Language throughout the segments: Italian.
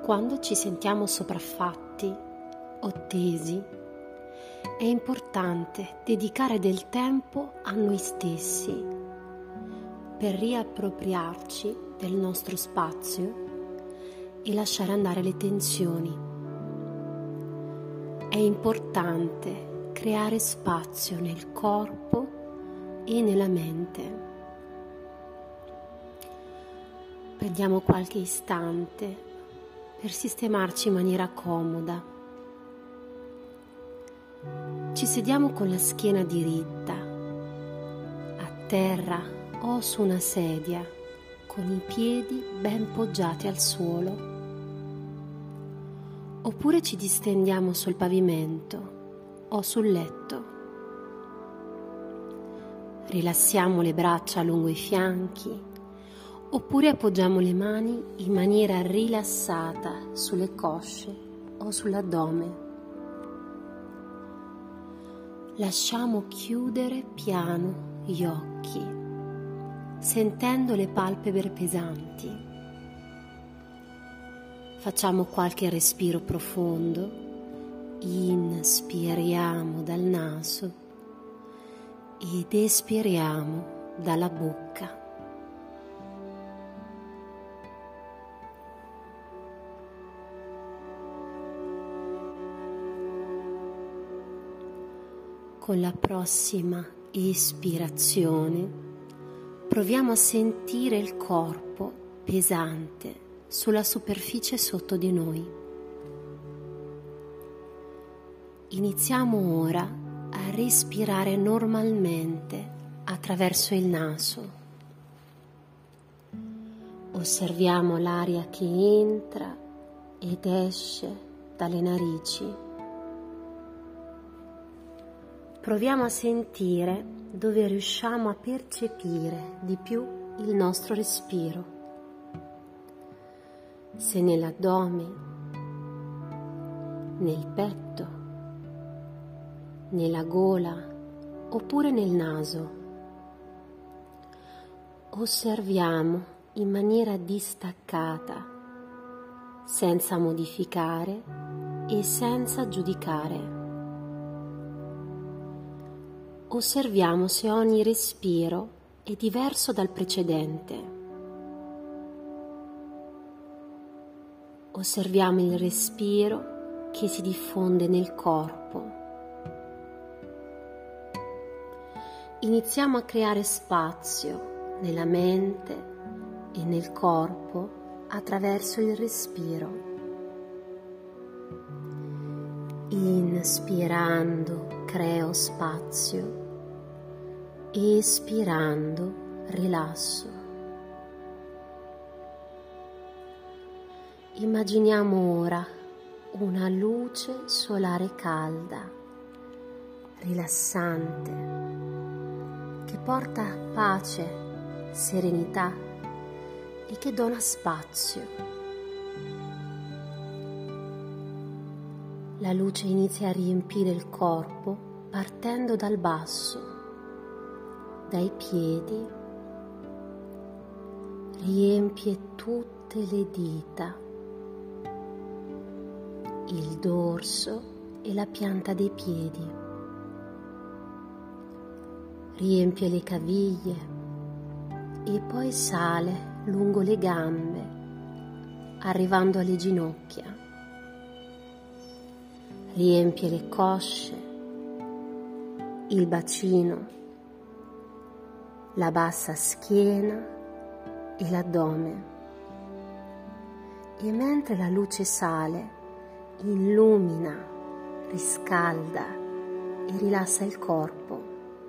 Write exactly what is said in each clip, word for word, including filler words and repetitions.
Quando ci sentiamo sopraffatti o tesi, è importante dedicare del tempo a noi stessi per riappropriarci del nostro spazio e lasciare andare le tensioni. È importante creare spazio nel corpo e nella mente. Prendiamo qualche istante per sistemarci in maniera comoda. Ci sediamo con la schiena diritta, a terra o su una sedia, con i piedi ben poggiati al suolo. Oppure ci distendiamo sul pavimento o sul letto. Rilassiamo le braccia lungo i fianchi, oppure appoggiamo le mani in maniera rilassata sulle cosce o sull'addome. Lasciamo chiudere piano gli occhi, sentendo le palpebre pesanti. Facciamo qualche respiro profondo, inspiriamo dal naso ed espiriamo dalla bocca. Con la prossima espirazione proviamo a sentire il corpo pesante sulla superficie sotto di noi. Iniziamo ora a respirare normalmente attraverso il naso. Osserviamo l'aria che entra ed esce dalle narici. Proviamo a sentire dove riusciamo a percepire di più il nostro respiro. Se nell'addome, nel petto, nella gola oppure nel naso. Osserviamo in maniera distaccata, senza modificare e senza giudicare. Osserviamo se ogni respiro è diverso dal precedente. Osserviamo il respiro che si diffonde nel corpo. Iniziamo a creare spazio nella mente e nel corpo attraverso il respiro. Inspirando creo spazio, espirando rilasso. Immaginiamo ora una luce solare calda, rilassante, che porta pace, serenità e che dona spazio. La luce inizia a riempire il corpo partendo dal basso, dai piedi, riempie tutte le dita, il dorso e la pianta dei piedi, riempie le caviglie e poi sale lungo le gambe, arrivando alle ginocchia. Riempie le cosce, il bacino, la bassa schiena e l'addome. E mentre la luce sale, illumina, riscalda e rilassa il corpo.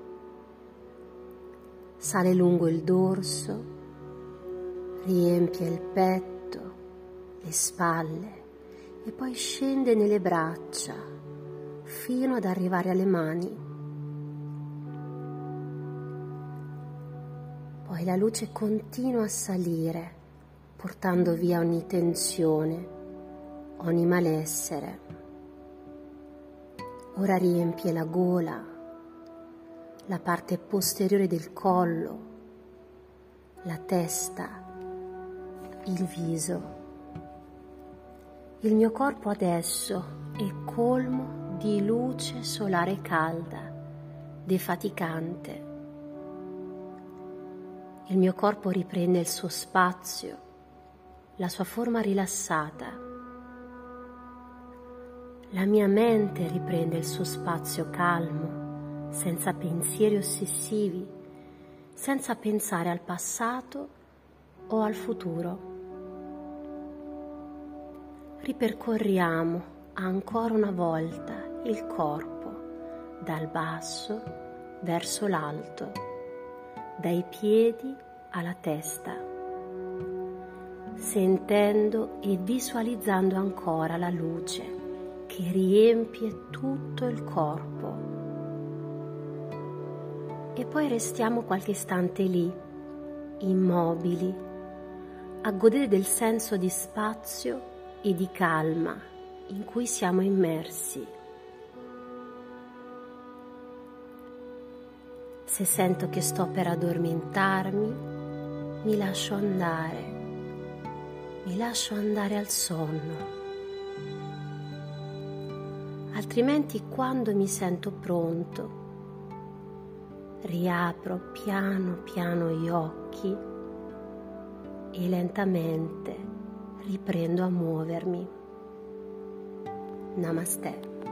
Sale lungo il dorso, riempie il petto, le spalle e poi scende nelle braccia fino ad arrivare alle mani. Poi la luce continua a salire, portando via ogni tensione, ogni malessere. Ora riempie la gola, la parte posteriore del collo, la testa, il viso. Il mio corpo adesso è colmo di luce solare calda, defaticante. Il mio corpo riprende il suo spazio, la sua forma rilassata. La mia mente riprende il suo spazio calmo, senza pensieri ossessivi, senza pensare al passato o al futuro. Ripercorriamo ancora una volta il corpo dal basso verso l'alto, dai piedi alla testa, sentendo e visualizzando ancora la luce che riempie tutto il corpo. E poi restiamo qualche istante lì, immobili, a godere del senso di spazio e di calma in cui siamo immersi. Se sento che sto per addormentarmi, mi lascio andare, mi lascio andare al sonno. Altrimenti, quando mi sento pronto, riapro piano piano gli occhi e lentamente riprendo a muovermi. Namaste.